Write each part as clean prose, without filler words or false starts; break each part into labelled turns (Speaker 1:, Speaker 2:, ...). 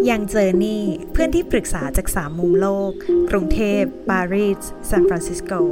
Speaker 1: ยังเจอนี่เพื่อนที่ปรึกษาจาก3มุมโลกกรุงเทพปารีสซานฟรานซิสโก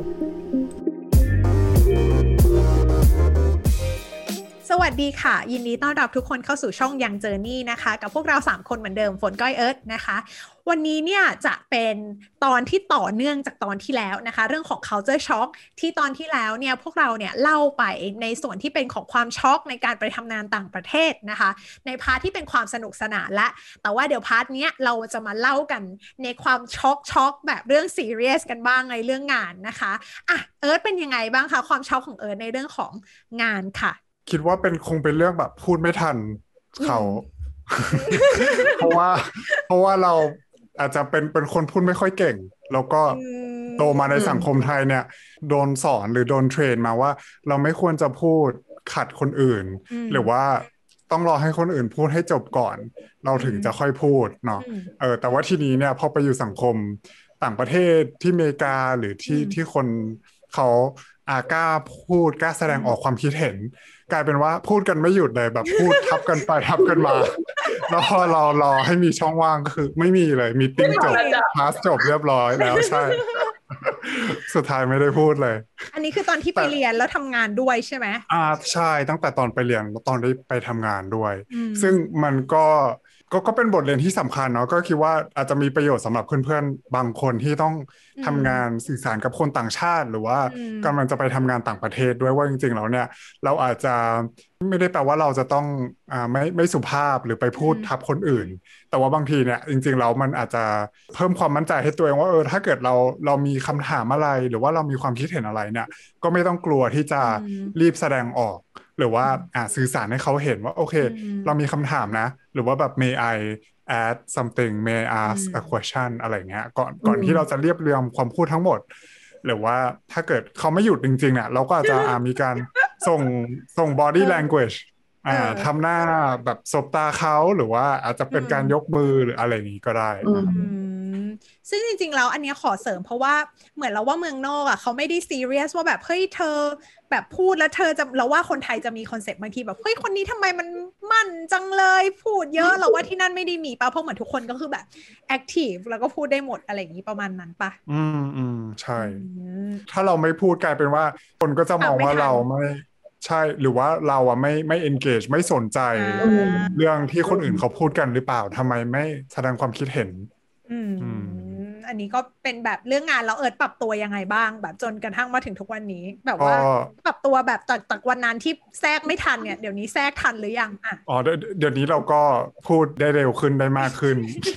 Speaker 1: สวัสดีค่ะยินดีต้อนรับทุกคนเข้าสู่ช่องยังเจอนี่นะคะกับพวกเรา3คนเหมือนเดิมฝนก้อยเอิร์ธนะคะวันนี้เนี่ยจะเป็นตอนที่ต่อเนื่องจากตอนที่แล้วนะคะเรื่องของ culture shock ที่ตอนที่แล้วเนี่ยพวกเราเนี่ยเล่าไปในส่วนที่เป็นของความช็อกในการไปทำงานต่างประเทศนะคะในพาร์ทที่เป็นความสนุกสนานและแต่ว่าเดี๋ยวพาร์ทเนี้ยเราจะมาเล่ากันในความช็อกแบบเรื่องซีเรียสกันบ้างในเรื่องงานนะคะอ่ะเอิร์ธเป็นยังไงบ้างคะความช็อกของเอิร์ธในเรื่องของงานค่ะ
Speaker 2: คิดว่าคงเป็นเรื่องแบบพูดไม่ทันเขา เพราะว่าเราอาจจะเป็นคนพูดไม่ค่อยเก่งแล้วก็โตมาในสังคมไทยเนี่ยโดนสอนหรือโดนเทรนมาว่าเราไม่ควรจะพูดขัดคนอื่นหรือว่าต้องรอให้คนอื่นพูดให้จบก่อนเราถึงจะค่อยพูดเนาะแต่ว่าทีนี้เนี่ยพอไปอยู่สังคมต่างประเทศที่อเมริกาหรือที่คนเขากล้าพูดกล้าแสดงออกความคิดเห็นกลายเป็นว่าพูดกันไม่หยุดเลยแบบพูดทับกันไปทับกันมาแล้วพอเรารอให้มีช่องว่างก็คือไม่มีเลยมีตติ้งจบคลาสจบเรียบร้อยแล้วใช่สุดท้ายไม่ได้พูดเลย
Speaker 1: อันนี้คือตอนที่ไปเรียนแล้วทำงานด้วยใช่ไหม
Speaker 2: ใช่ตั้งแต่ตอนไปเรียนตอนได้ไปทำงานด้วยซึ่งมันก็เป็นบทเรียนที่สำคัญเนาะก็คิดว่าอาจจะมีประโยชน์สำหรับเพื่อนๆบางคนที่ต้องทำงานสื่อสารกับคนต่างชาติหรือว่ากำลังจะไปทำงานต่างประเทศด้วยว่าจริงๆแล้วเนี่ยเราอาจจะไม่ได้แปลว่าเราจะต้องไม่สุภาพหรือไปพูดทับคนอื่นแต่ว่าบางทีเนี่ยจริงๆแล้วมันอาจจะเพิ่มความมั่นใจให้ตัวเองว่าถ้าเกิดเรามีคำถามอะไรหรือว่าเรามีความคิดเห็นอะไรเนี่ยก็ไม่ต้องกลัวที่จะรีบแสดงออกหรือว่าสื่อสารให้เขาเห็นว่าโอเคเรามีคำถามนะหรือว่าแบบ may I add something may I ask a question อะไรเงี้ยก่อนที่เราจะเรียบเรียงความพูดทั้งหมดหรือว่าถ้าเกิดเขาไม่หยุดจริงๆเนี่ยเราก็อาจจะมีการส่ง body language ทำหน้าแบบสบตาเขาหรือว่าอาจจะเป็นการยกมือหรืออะไรนี้ก็ได้
Speaker 1: ซึ่งจริงๆแล้วอันนี้ขอเสริมเพราะว่าเหมือนเราว่าเมืองนอกอ่ะเขาไม่ได้ซีเรียสว่าแบบเฮ้ยเธอแบบพูดแล้วเธอจะเราว่าคนไทยจะมีคอนเซ็ปต์บางทีแบบเฮ้ยคนนี้ทำไมมันมั่นจังเลยพูดเยอะเราว่าที่นั่นไม่ได้มีป่ะเพราะเหมือนทุกคนก็คือแบบแอคทีฟแล้วก็พูดได้หมดอะไรอย่างนี้ประมาณนั้นป่ะ
Speaker 2: ใช่ถ้าเราไม่พูดกลายเป็นว่าคนก็จะมองว่าเราไม่ใช่หรือว่าเราไม่ engage ไม่สนใจเรื่องที่คนอื่นเขาพูดกันหรือเปล่าทำไมไม่แสดงความคิดเห็น
Speaker 1: อันนี้ก็เป็นแบบเรื่องงานแล้วเอิร์ธปรับตัวยังไงบ้างแบบจนกระทั่งมาถึงทุกวันนี้แบบว่าปรับตัวแบบจากวันนั้นที่แทรกไม่ทันเนี่ยเดี๋ยวนี้แทรกทันหรือยัง
Speaker 2: เดี๋ยวนี้เราก็พูดได้เร็วขึ้นได้มากขึ้น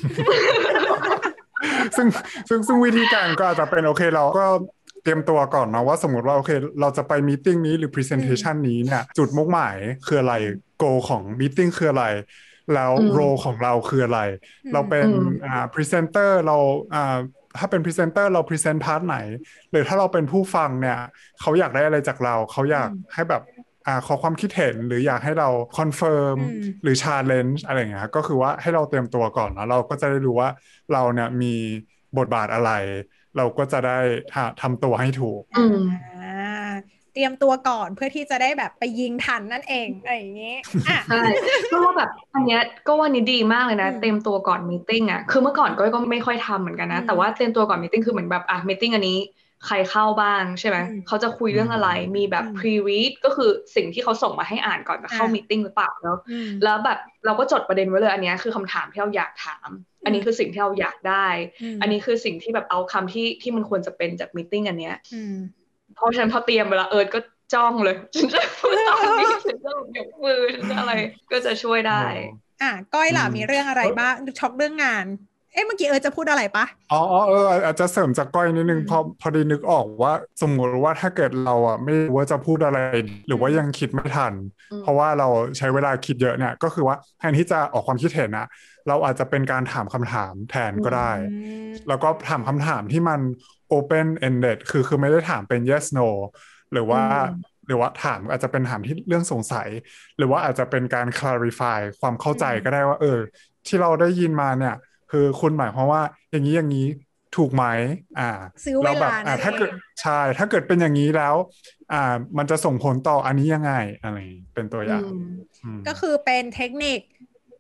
Speaker 2: ซึ่งวิธีการก็อาจจะเป็นโอเคเราก็เตรียมตัวก่อนนะว่าสมมติว่าโอเคเราจะไปมีตติ้งนี้หรือ presentation นี้เนี่ยจุดมุ่งหมายคืออะไร goal ของมีตติ้งคืออะไรแล้วโรของเราคืออะไรเราเป็นพรีเซนเตอร์เราถ้าเป็นพรีเซนเตอร์เราพรีเซนต์พาร์ทไหนหรือถ้าเราเป็นผู้ฟังเนี่ยเขาอยากได้อะไรจากเราเขาอยากให้แบบขอความคิดเห็นหรืออยากให้เราคอนเฟิร์มหรือชาเลนจ์อะไรอย่างเงี้ยก็คือว่าให้เราเตรียมตัวก่อนนะเราก็จะได้รู้ว่าเราเนี่ยมีบทบาทอะไรเราก็จะได้ทำตัวให้ถูก
Speaker 1: เตรียมตัวก่อนเพื่อที่จะได้แบบไปยิงทันนั่นเองอะไรอย่างเงี้ย
Speaker 3: ใช่เพราะว่าแบบอันเนี้ยก็ว่านี่ดีมากเลยนะเตรียมตัวก่อนมีตติ้งอ่ะคือเมื่อก่อนก็ไม่ค่อยทำเหมือนกันนะแต่ว่าเตรียมตัวก่อนมีตติ้งคือเหมือนแบบมีตติ้งอันนี้ใครเข้าบ้างใช่ไหมเขาจะคุยเรื่องอะไรมีแบบ pre-read ก็คือสิ่งที่เขาส่งมาให้อ่านก่อนจะเข้ามีตติ้งหรือเปล่าแล้วแบบเราก็จดประเด็นไว้เลยอันนี้คือคำถามที่เราอยากถามอันนี้คือสิ่งที่เราอยากได้อันนี้คือสิ่งที่แบบเอาคำที่มันควรจะเป็นจากมีตติ้งอันเนี้ยเพราะฉะนั้นพอเตรียมเวลาก็จ้องเลยฉันจะพูดตอนนี้ฉันจะยกมือฉันจะอะไรก็จะช่วยได้
Speaker 1: ก้อยล่ะมีเรื่องอะไรบ้างช็อกเรื่องงานเมื่อกี้จะพูดอะไรปะ
Speaker 2: อาจจะเสริมจากก้อยนิดนึงพอดีนึกออกว่าสมมติว่าถ้าเกิดเราไม่รู้ว่าจะพูดอะไรหรือว่ายังคิดไม่ทันเพราะว่าเราใช้เวลาคิดเยอะเนี่ยก็คือว่าแทนที่จะออกความคิดเห็นนะเราอาจจะเป็นการถามคำถามแทนก็ได้แล้วก็ถามคำถามที่มัน open ended คือไม่ได้ถามเป็น yes no หรือว่าถามอาจจะเป็นถามที่เรื่องสงสัยหรือว่าอาจจะเป็นการ clarify ความเข้าใจก็ได้ว่าที่เราได้ยินมาเนี่ยคือคุณหมายความว่าอย่างนี้ถูกไหม
Speaker 1: ซื้อเวลา
Speaker 2: ถ้าเกิดใช่ถ้าเกิดเป็นอย่างนี้แล้วมันจะส่งผลต่ออันนี้ยังไงอะไรเป็นตัวอย่าง
Speaker 1: ก็คือเป็นเทคนิค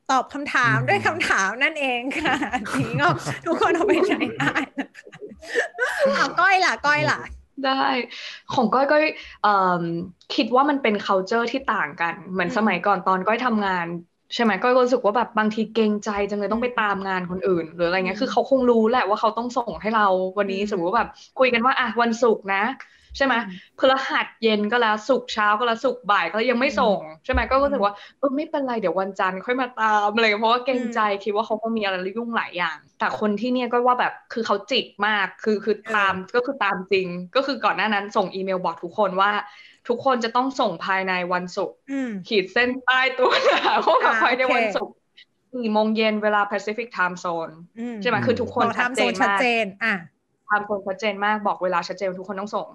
Speaker 1: ตอบคำถามด้วยคำถามนั่นเองค่ะนี้ก็ทุกคนเอาไปใช้ได้นะคะก้อยล่ะ
Speaker 3: ได้ของก้อยก็คิดว่ามันเป็น culture ที่ต่างกันเหมือนสมัยก่อนตอนก้อยทำงานใช่ไหมก้อยรู้สึกว่าแบบบางทีเกรงใจจังเลยต้องไปตามงานคนอื่นหรืออะไรเงี้ยคือเขาคงรู้แหละว่าเขาต้องส่งให้เราวันนี้สมมติว่าแบบคุยกันว่าอ่ะวันศุกร์นะใช่ไหมพฤหัสเย็นก็แล้วศุกร์เช้าก็แล้วศุกร์บ่ายก็ยังไม่ส่งใช่ไหมก็รู้สึกว่าไม่เป็นไรเดี๋ยววันจันทร์ค่อยมาตามอะไรเพราะว่าเกรงใจคิดว่าเขาคงมีอะไรยุ่งหลายอย่างแต่คนที่เนี่ยก็ว่าแบบคือเขาจิกมากคือตามก็คือตามจริงก็คือก่อนหน้านั้นส่งอีเมลบอกทุกคนว่าทุกคนจะต้องส่งภายในวันศุกร์ขีดเส้นใต้ตัวหนาว่าภายในวันศุกร์4 โมงเย็นเวลา Pacific Time Zone ใช่ไหมคือทุกคนชัดเจนมากทำคนชัดเจนมากบอกเวลาชัดเจนทุกคนต้องส่ง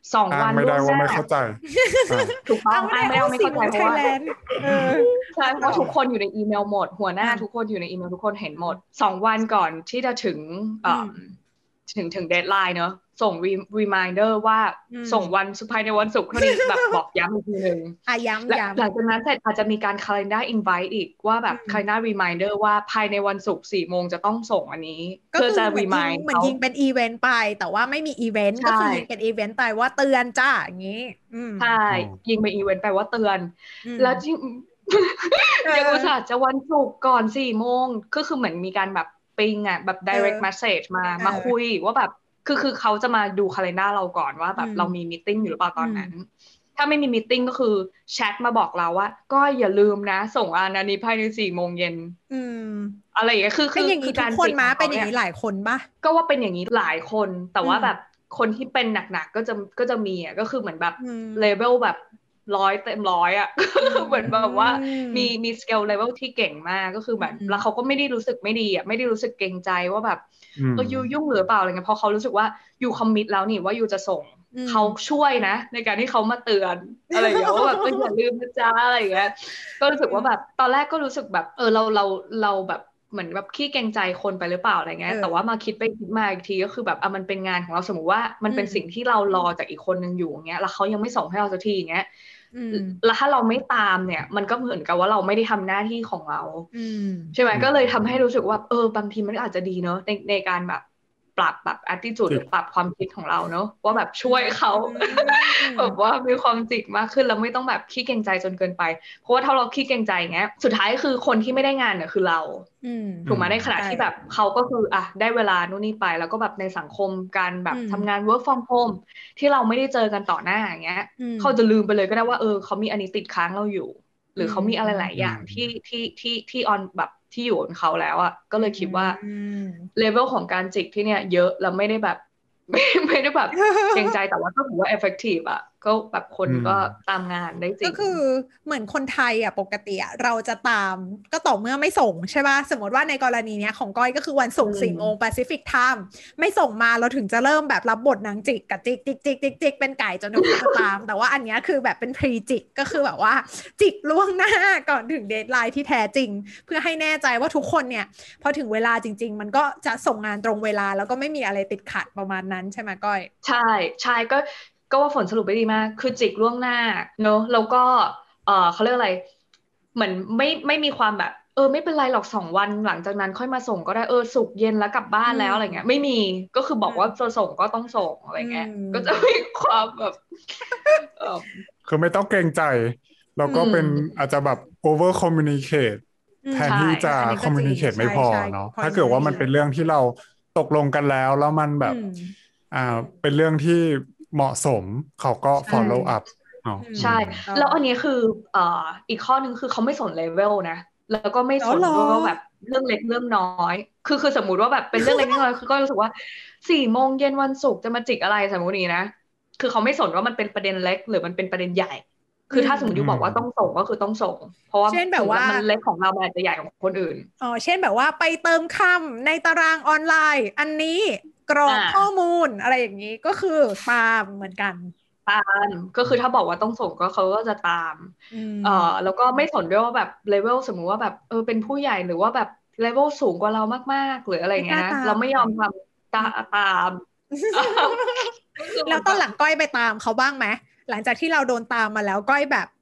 Speaker 3: 2 วัน
Speaker 2: ไม่ได้ว่าไม่เข้าใจ
Speaker 3: ถูกต้องไม่เข้าใจเพราะว่าใช่เพราะทุกคนอยู่ในอีเมลหมดหัวหน้าทุกคนอยู่ในอีเมลทุกคนเห็นหมด2 วันก่อนที่จะถึงเดดไลน์เนอะส่งreminder ว่าส่งวันภายในวันศุกร์เท่านี้แบบบอกย้ำอีกทีนึง
Speaker 1: ย้ำ
Speaker 3: หลังจากนั้นเสร็จอาจจะมีการ calendar invite อีกว่าแบบ calendar reminder ว่าภายในวันศุกร์4 โมงจะต้องส่งอันนี้เพื่อจะ remind
Speaker 1: เหมือนยิงเป็นอีเวนต์ไปแต่ว่าไม่มีอีเวนต์ก็คือยิงเป็นอีเวนต์ไปว่าเตือนจ้าอย่างนี้
Speaker 3: ใช่ยิงเป็นอีเวนต์ไปว่าเตือนแล้วจริงยังอุตส่าห์จะวันศุกร์ก่อน4 โมงก็คือเหมือนมีการแบบปิงอ่ะแบบ direct message มาคุยว่าแบบคือเขาจะมาดู calendar เราก่อนว่าแบบเรามีมีตติ้งอยู่หรือเปล่าตอนนั้นถ้าไม่มีมีตติ้งก็คือแชทมาบอกเราว่าก็อย่าลืมนะส่งอันนี้ภายใน4 โมงเย็นอะไรอย่างเงี้ยคือ
Speaker 1: การคนมาเป็นอย่างนี้หลายคนปะ
Speaker 3: ก็ว่าเป็นอย่างนี้หลายคนแต่ว่าแบบคนที่เป็นหนักๆก็จะมีอ่ะก็คือเหมือนแบบเลเวลแบบ100 เต็ม 100อ่ะเหมือนแบบว่ามีสเกลเลเวลที่เก่งมากก็คือแบบแล้วเขาก็ไม่ได้รู้สึกไม่ดีอ่ะไม่ได้รู้สึกเกรงใจว่าแบบยูยุ่งหรือเปล่าอะไรเงี้ยเพราะเขารู้สึกว่ายูคอมมิตแล้วนี่ว่ายูจะส่งเขาช่วยนะในการที่เขามาเตือนอะไรอย่างเงี้ยว่าแบบอย่าลืมนะจ๊ะอะไรอย่างเงี้ยก็รู้สึกว่าแบบตอนแรกก็รู้สึกแบบเราแบบเหมือนแบบขี้เกรงใจคนไปหรือเปล่าอะไรเงี้ยแต่ว่ามาคิดไปคิดมาอีกทีก็คือแบบมันเป็นงานของเราสมมติว่ามันเป็นสิ่งที่เรารอจากอีกคนนึงอยู่อย่างเงี้ยแล้วเขายังไม่ส่งให้เราสักทีอย่างเงี้ยแล้วถ้าเราไม่ตามเนี่ยมันก็เหมือนกับว่าเราไม่ได้ทำหน้าที่ของเราใช่ไหมก็เลยทำให้รู้สึกว่าบางทีมันอาจจะดีเนอะในการแบบปรับแบบ attitude หรือปรับความคิดของเราเนอะว่าแบบช่วยเขาแบบว่ามีความจิกมากขึ้นแล้วไม่ต้องแบบขี้เกรงใจจนเกินไปเพราะว่าถ้าเราขี้เกรงใจอย่างเงี้ยสุดท้ายคือคนที่ไม่ได้งานเนี่ยคือเราถูกไหมในขณะที่แบบเขาก็คือได้เวลานู่นนี่ไปแล้วก็แบบในสังคมการแบบทำงาน work from home ที่เราไม่ได้เจอกันต่อหน้าอย่างเงี้ยเขาจะลืมไปเลยก็ได้ว่าเขามีอันนี้ติดค้างเราอยู่หรือเขามีอะไรหลายอย่างที่ออนแบบที่อยู่บนเขาแล้วอ่ะก็เลยคิดว่าเลเวลของการจิกที่เนี่ยเยอะแล้วไม่ได้แบบไม่ได้แบบเกรงใจแต่ว่าก็ถือว่า effective อ่ะก็แบบคนก็ตามงานได้จริง
Speaker 1: ก็คือเหมือนคนไทยอ่ะปกติอ่ะเราจะตามก็ต่อเมื่อไม่ส่งใช่ป่ะสมมติว่าในกรณีเนี้ยของก้อยก็คือวันศุกร์4 โมง Pacific Time ไม่ส่งมาเราถึงจะเริ่มแบบรับบทนางจิกกับจิกเป็นไก่จนถึงจะตามแต่ว่าอันเนี้ยคือแบบเป็นพรีจิกก็คือแบบว่าจิกล่วงหน้าก่อนถึงเดดไลน์ที่แท้จริงเพื่อให้แน่ใจว่าทุกคนเนี่ยพอถึงเวลาจริงๆมันก็จะส่งงานตรงเวลาแล้วก็ไม่มีอะไรติดขัดประมาณนั้นใช่ไหมก้อย
Speaker 3: ใช่ก็ว่าฝนสรุปไปดีมากคือจิกล่วงหน้าเนอะแล้วก็เขาเรียกอะไรเหมือนไม่มีความแบบไม่เป็นไรหรอก2 วันหลังจากนั้นค่อยมาส่งก็ได้ศุกร์เย็นแล้วกลับบ้านแล้วอะไรเงี้ยไม่มีก็คือบอกว่าจะส่งก็ต้องส่งอะไรเงี้ยก็จะมีความแบบ
Speaker 2: คือไม่ต้องเกรงใจแล้วก็เป็นอาจจะแบบ over communicate แทนที่จะ communicate ไม่พอเนาะถ้าเกิดว่ามันเป็นเรื่องที่เราตกลงกันแล้วมันแบบเป็นเรื่องที่เหมาะสมเขาก็ follow up
Speaker 3: ใช่แล้วอันนี้คืออีกข้อนึงคือเขาไม่สนเลเวลนะแล้วก็ไม่สนด้วยว่าแบบเรื่องเล็กเรื่องน้อยคือสมมุติว่าแบบเป็นเรื่องเล็กน้อยคือก็รู้สึกว่า4 โมงเย็นวันศุกร์จะมาจิกอะไรสมมุตินี้นะคือเขาไม่สนว่ามันเป็นประเด็นเล็กหรือมันเป็นประเด็นใหญ่คือถ้าสมมติอยู่บอกว่าต้องส่งก็คือต้องส่งเพราะว่ามันเล็กของเรามันอาจจะใหญ่ของคนอื่น
Speaker 1: เช่นแบบว่าไปเติมคำในตารางออนไลน์อันนี้กรอกข้อมูลอะไรอย่างนี้ก็คือตามเหมือนกัน
Speaker 3: ตามก็คือถ้าบอกว่าต้องส่งก็เขาก็จะตามแล้วก็ไม่สนด้วยว่าแบบเลเวลสมมุติว่าแบบเป็นผู้ใหญ่หรือว่าแบบเลเวลสูงกว่าเรามากๆหรืออะไรเงี้ยนะเราไม่ยอมทำตาม
Speaker 1: แล้วตอนหลังก้อยไปตามเขาบ้างไหมหลังจากที่เราโดนตามมาแล้วก้อยแบบ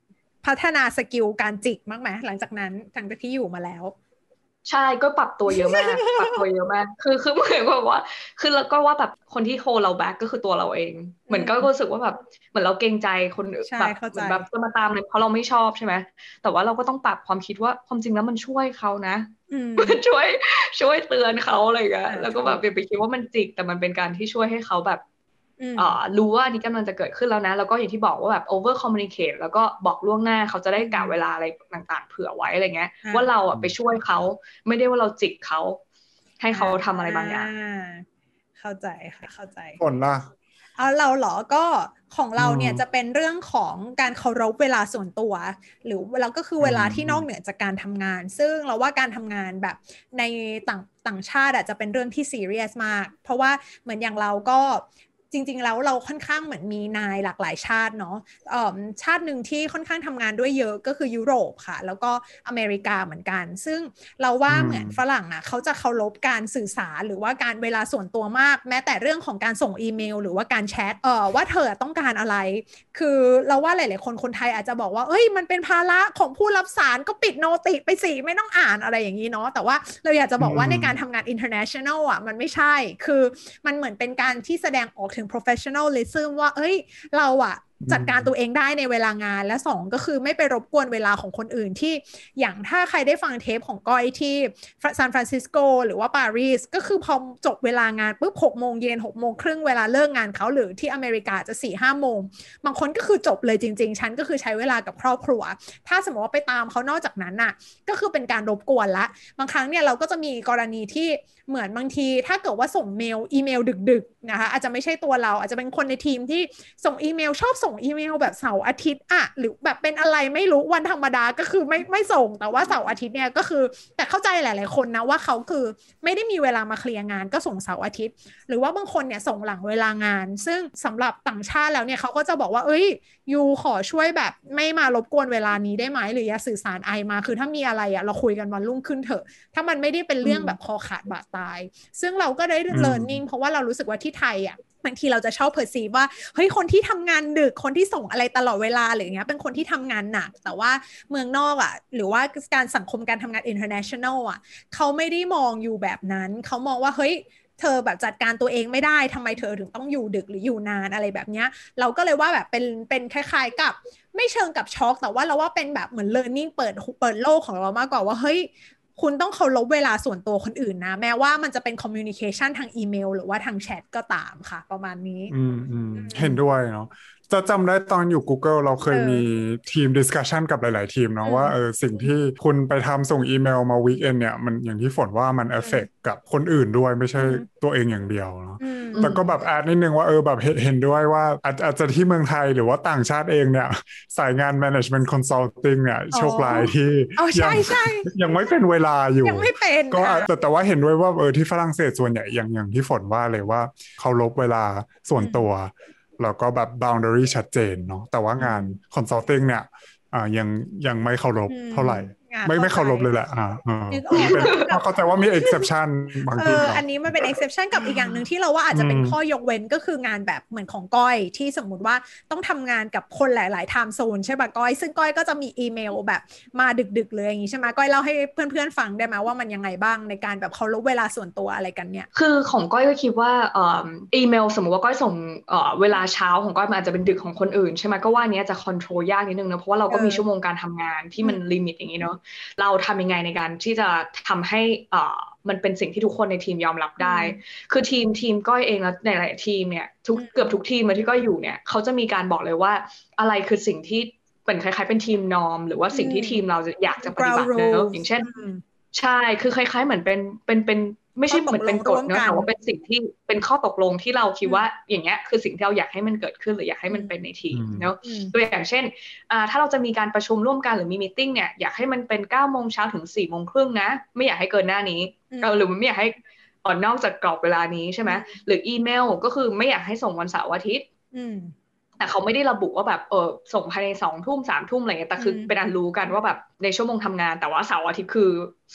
Speaker 1: พัฒนาสกิลการจิกมากไหมหลังจากนั้นหลังจากที่อยู่มาแล้ว
Speaker 3: ใช่ก็ปรับตัวเยอะมากปรับตัวเยอะมากคือเหมือนกับว่าคือแล้วก็ว่าแบบคนที่โฮเราแบ็กก็คือตัวเราเองเหมือนก็รู้สึกว่าแบบเหมือนเราเกรงใจคนแบบเหมือนแบบจะมาตามเลยเพราะเราไม่ชอบใช่ไหมแต่ว่าเราก็ต้องปรับความคิดว่าความจริงแล้วมันช่วยเขานะมันช่วยเตือนเขาอะไรอย่างเงี้ยแล้วก็แบบอย่าไปคิดว่ามันจิกแต่มันเป็นการที่ช่วยให้เขาแบบรู้ว่านี่กำลังจะเกิดขึ้นแล้วนะแล้วก็อย่างที่บอกว่าแบบ over communicate แล้วก็บอกล่วงหน้าเขาจะได้กะเวลาอะไรต่างๆเผื่อไว้อะไรเงี้ยว่าเราไปช่วยเขาไม่ได้ว่าเราจิกเขาให้เขาทำอะไรบางอย่าง
Speaker 1: เข้าใจค่ะเข้าใจ
Speaker 2: ผลล่ะ
Speaker 1: เอาเราเหรอก็ของเราเนี่ยจะเป็นเรื่องของการเคารพเวลาส่วนตัวหรือเราก็คือเวลาที่นอกเหนือจากการทำงานซึ่งเราว่าการทำงานแบบในต่างชาติจะเป็นเรื่องที่ซีเรียสมากเพราะว่าเหมือนอย่างเราก็จริงๆแล้วเราค่อนข้างเหมือนมีนายหลากหลายชาติเนาะชาติหนึ่งที่ค่อนข้างทำงานด้วยเยอะก็คือยุโรปค่ะแล้วก็อเมริกาเหมือนกันซึ่งเราว่าเหมือนฝรั่งอ่ะเขาจะเคารพการสื่อสารหรือว่าการเวลาส่วนตัวมากแม้แต่เรื่องของการส่งอีเมลหรือว่าการแชทว่าเธอต้องการอะไรคือเราว่าหลายๆคนไทยอาจจะบอกว่าเอ้ยมันเป็นภาระของผู้รับสารก็ปิดโนติไปสิไม่ต้องอ่านอะไรอย่างนี้เนาะแต่ว่าเราอยากจะบอกว่าในการทำงาน international อ่ะมันไม่ใช่คือมันเหมือนเป็นการที่แสดงออกถึง professionalism ว่าเอ้ยเราอะจัดการตัวเองได้ในเวลางานและ2ก็คือไม่ไปรบกวนเวลาของคนอื่นที่อย่างถ้าใครได้ฟังเทปของก้อยที่ซานฟรานซิสโกหรือว่าปารีสก็คือพอจบเวลางานปุ๊บ6 โมงเย็น6 โมงครึ่งเวลาเลิกงานเขาหรือที่อเมริกาจะ 4-5 โมงบางคนก็คือจบเลยจริงๆฉันก็คือใช้เวลากับครอบครัวถ้าสมมติว่าไปตามเขานอกจากนั้นน่ะก็คือเป็นการรบกวนละบางครั้งเนี่ยเราก็จะมีกรณีที่เหมือนบางทีถ้าเกิดว่าส่งอีเมลดึกๆนะคะอาจจะไม่ใช่ตัวเราอาจจะเป็นคนในทีมที่ส่งอีเมลชอบส่งอีเมลแบบเสาร์อาทิตย์อะหรือแบบเป็นอะไรไม่รู้วันธรรมดาก็คือไม่ส่งแต่ว่าเสาร์อาทิตย์เนี่ยก็คือแต่เข้าใจหลายๆคนนะว่าเขาคือไม่ได้มีเวลามาเคลียร์งานก็ส่งเสาร์อาทิตย์หรือว่าบางคนเนี่ยส่งหลังเวลางานซึ่งสำหรับต่างชาติแล้วเนี่ยเขาก็จะบอกว่าเอ้ยยูขอช่วยแบบไม่มารบกวนเวลานี้ได้ไหมหรืออย่าสื่อสารมาคือถ้ามีอะไรอะเราคุยกันวันรุ่งขึ้นเถอะถ้ามันไม่ได้เป็นเรื่องแบบคอขาดบาดตายซึ่งเราก็ได้ learning เพราะว่าเรารู้สึกว่าที่ไทยอ่ะบางทีเราจะชอบperceiveว่าเฮ้ยคนที่ทำงานดึกคนที่ส่งอะไรตลอดเวลาหรืออย่างเงี้ยเป็นคนที่ทำงานหนักแต่ว่าเมืองนอกอ่ะหรือว่าการสังคมการทำงาน international อ่ะเขาไม่ได้มองอยู่แบบนั้นเขามองว่าเฮ้ยเธอแบบจัดการตัวเองไม่ได้ทำไมเธอถึงต้องอยู่ดึกหรืออยู่นานอะไรแบบเนี้ยเราก็เลยว่าแบบเป็นคล้ายๆกับไม่เชิงกับช็อกแต่ว่าเราว่าเป็นแบบเหมือน learning เปิดโลกของเรามากกว่าว่าเฮ้ยคุณต้องเคารพเวลาส่วนตัวคนอื่นนะแม้ว่ามันจะเป็นคอมมิวนิเคชันทางอีเมลหรือว่าทางแชทก็ตามค่ะประมาณนี้
Speaker 2: เห็นด้วยเนาะจะจำได้ตอนอยู่ Google เราเคยมีทีมดิสคัชชันกับหลายๆทีมเนาะว่าสิ่งที่คุณไปทำส่งอีเมลมาวีคเอนเนี่ยมันอย่างที่ฝนว่ามันเอฟเฟกต์กับคนอื่นด้วยไม่ใช่ตัวเองอย่างเดียวเนาะแต่ก็แบบแอดนิดนึงว่าแบบเห็นด้วยว่าอาจจะที่เมืองไทยหรือว่าต่างชาติเองเนี่ยสายงาน management consulting เนี่ยโชคร้ายที่ยังไม่เป็นเวลาอยู่
Speaker 1: ยังไม่เป็น
Speaker 2: ก็แต่ว่าเห็นด้วยว่าที่ฝรั่งเศสส่วนใหญ่อย่างที่ฝนว่าเลยว่าเขาลบเวลาส่วนตัวแล้วก็แบบ boundary ชัดเจนเนาะแต่ว่างาน consulting เนี่ยยังไม่เคารพเท่าไหร่ไม่เคารพเลยแหละเข้าใจว่ามี exception บางที
Speaker 1: อันนี้มันเป็น exception กับอีกอย่างหนึ่งที่เราว่าอาจจะเป็นข้อยกเว้นก็คืองานแบบเหมือนของก้อยที่สมมุติว่าต้องทำงานกับคนหลายๆ time zone ใช่ป่ะก้อยซึ่งก้อยก็จะมีอีเมลแบบมาดึกๆเลยอย่างนี้ใช่ไหมก้อยเล่าให้เพื่อนๆฟังได้ไหมว่ามันยังไงบ้างในการแบบเคารพเวลาส่วนตัวอะไรกันเนี่ย
Speaker 3: คือของก้อยก็คิดว่าอีเมลสมมติว่าก้อยส่งเวลาเช้าของก้อยมันอาจจะเป็นดึกของคนอื่นใช่ไหมก็ว่านี้จะคอนโทรลยากนิดนึงนะเพราะว่าเราก็มีชั่วโมงการทำงานที่มันลิมิตอย่างนี้เนาะเราทำยังไงในการที่จะทำให้มันเป็นสิ่งที่ทุกคนในทีมยอมรับได้คือทีมก้อยเองแล้วในหลายทีมเนี่ยเกือบทุกทีมที่ก้อยอยู่เนี่ยเขาจะมีการบอกเลยว่าอะไรคือสิ่งที่เป็นคล้ายๆเป็นทีมนอร์มหรือว่าสิ่งที่ทีมเราอยากจะปฏิบัติเนอะอย่างเช่นใช่คือคล้ายๆเหมือนเป็นไม่ใช่เหมือนเป็นกฎเนอะแต่ว่าเป็นสิ่งที่เป็นข้อตกลงที่เราคิดว่าอย่างเงี้ยคือสิ่งที่เราอยากให้มันเกิดขึ้นหรืออยากให้มันเป็นในทีมเนอะตัวอย่างเช่นถ้าเราจะมีการประชุมร่วมกันหรือมีมีตติ้งเนี่ยอยากให้มันเป็น9 โมงเช้าถึง4 โมงครึ่งนะไม่อยากให้เกินหน้านี้หรือไม่อยากให้นอกจากกรอบเวลานี้ใช่ไหมหรืออีเมลก็คือไม่อยากให้ส่งวันเสาร์อาทิตย์แต่เขาไม่ได้ระบุว่าแบบส่งภายใน2 ทุ่ม3 ทุ่มอะไรเงี้ยแต่คือเป็นอันรู้กันว่าแบบในชั่วโมงทำงานแต่ว่าเสาร์อาทิตย์คือ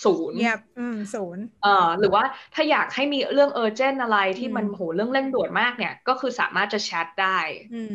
Speaker 3: 00หรือว่าถ้าอยากให้มีเรื่องเออร์เจนต์อะไรที่มันโหเรื่องเร่งด่วนมากเนี่ยก็คือสามารถจะแชทได้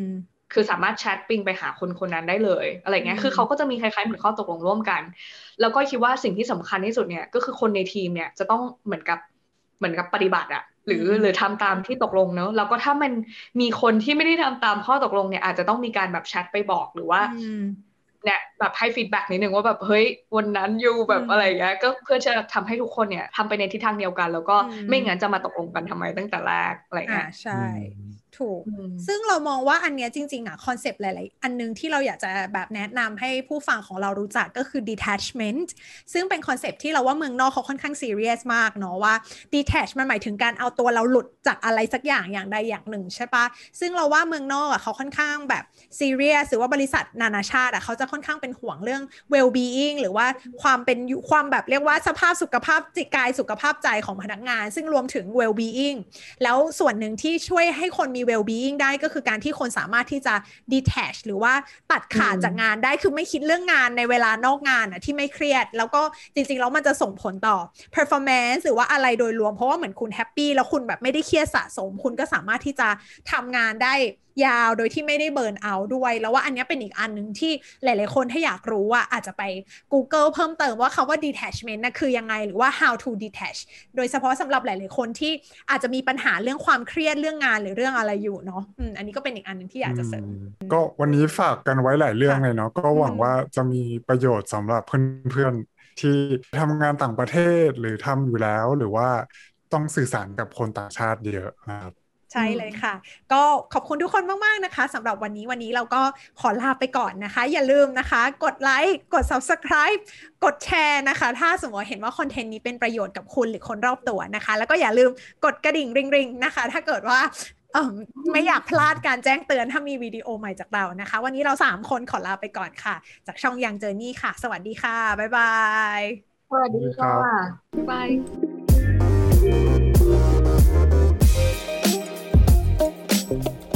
Speaker 3: คือสามารถแชทปิงไปหาคนคนนั้นได้เลยอะไรเงี้ยคือเขาก็จะมีคล้ายๆเหมือนข้อตกลงร่วมกันแล้วก็คิดว่าสิ่งที่สำคัญที่สุดเนี่ยก็คือคนในทีมเนี่ยจะต้องเหมือนกับปฏิบัติอะหรือทำตามที่ตกลงเนอะแล้วก็ถ้ามันมีคนที่ไม่ได้ทำตามข้อตกลงเนี่ยอาจจะต้องมีการแบบแชทไปบอกหรือว่าเนี่ยแบบให้ฟีดแบ็กนิดนึงว่าแบบเฮ้ยวันนั้นอยู่แบบอะไรเงี้ยก็เพื่อจะทำให้ทุกคนเนี่ยทำไปในทิศทางเดียวกันแล้วก็ไม่งั้นจะมาตกลงกันทำไมตั้งแต่แรกอะไรเงี้ย
Speaker 1: ใช่ถูกซึ่งเรามองว่าอันเนี้ยจริงๆคอนเซปต์หลายๆอันนึงที่เราอยากจะแบบแนะนำให้ผู้ฟังของเรารู้จักก็คือ detachment ซึ่งเป็นคอนเซปต์ที่เราว่าเมืองนอกเขาค่อนข้าง serious มากเนาะว่า detach มันหมายถึงการเอาตัวเราหลุดจากอะไรสักอย่างใดอย่างหนึ่งใช่ปะซึ่งเราว่าเมืองนอกเขาค่อนข้างแบบ serious หรือว่าบริษัทนานาชาติเขาจะค่อนข้างเป็นห่วงเรื่อง well being หรือว่าความแบบเรียกว่าสภาพสุขภาพจิตกายสุขภาพใจของพนักงานซึ่งรวมถึง well being แล้วส่วนหนึ่งที่ช่วยให้คนมี well being ได้ก็คือการที่คนสามารถที่จะ detach หรือว่าตัดขาดจากงานได้คือไม่คิดเรื่องงานในเวลานอกงานที่ไม่เครียดแล้วก็จริงๆแล้วมันจะส่งผลต่อ performance หรือว่าอะไรโดยรวมเพราะว่าเหมือนคุณแฮปปี้แล้วคุณแบบไม่ได้เครียดสะสมคุณก็สามารถที่จะทำงานได้ยาวโดยที่ไม่ได้เบิร์นเอาท์ด้วยแล้วว่าอันนี้เป็นอีกอันนึงที่หลายๆคนถ้าอยากรู้อาจจะไป Google เพิ่มเติมว่าคำว่า detachment คือยังไงหรือว่า how to detach โดยเฉพาะสำหรับหลายๆคนที่อาจจะมีปัญหาเรื่องความเครียดเรื่องงานหรือเรื่องอะไรอยู่เนาะอันนี้ก็เป็นอีกอันนึงที่อยากจะเสริม
Speaker 2: ก็วันนี้ฝากกันไว้หลายเรื่องเลยเนาะก็หวังว่าจะมีประโยชน์สำหรับเพื่อนๆที่ทำงานต่างประเทศหรือทำอยู่แล้วหรือว่าต้องสื่อสารกับคนต่างชาติเยอะนะครับ
Speaker 1: ใช่เลยค่ะก็ขอบคุณทุกคนมากๆนะคะสำหรับวันนี้เราก็ขอลาไปก่อนนะคะอย่าลืมนะคะกดไลค์กด Subscribe กดแชร์นะคะถ้าสมมติเห็นว่าคอนเทนต์นี้เป็นประโยชน์กับคุณหรือคนรอบตัวนะคะแล้วก็อย่าลืมกดกระดิ่งริงๆนะคะถ้าเกิดว่าไม่อยากพลาดการแจ้งเตือนถ้ามีวิดีโอใหม่จากเรานะคะวันนี้เรา3คนขอลาไปก่อนค่ะจากช่องยังเจอนี่ค่ะสวัสดีค่ะบ๊ายบาย
Speaker 3: สวัสดีค่ะบาย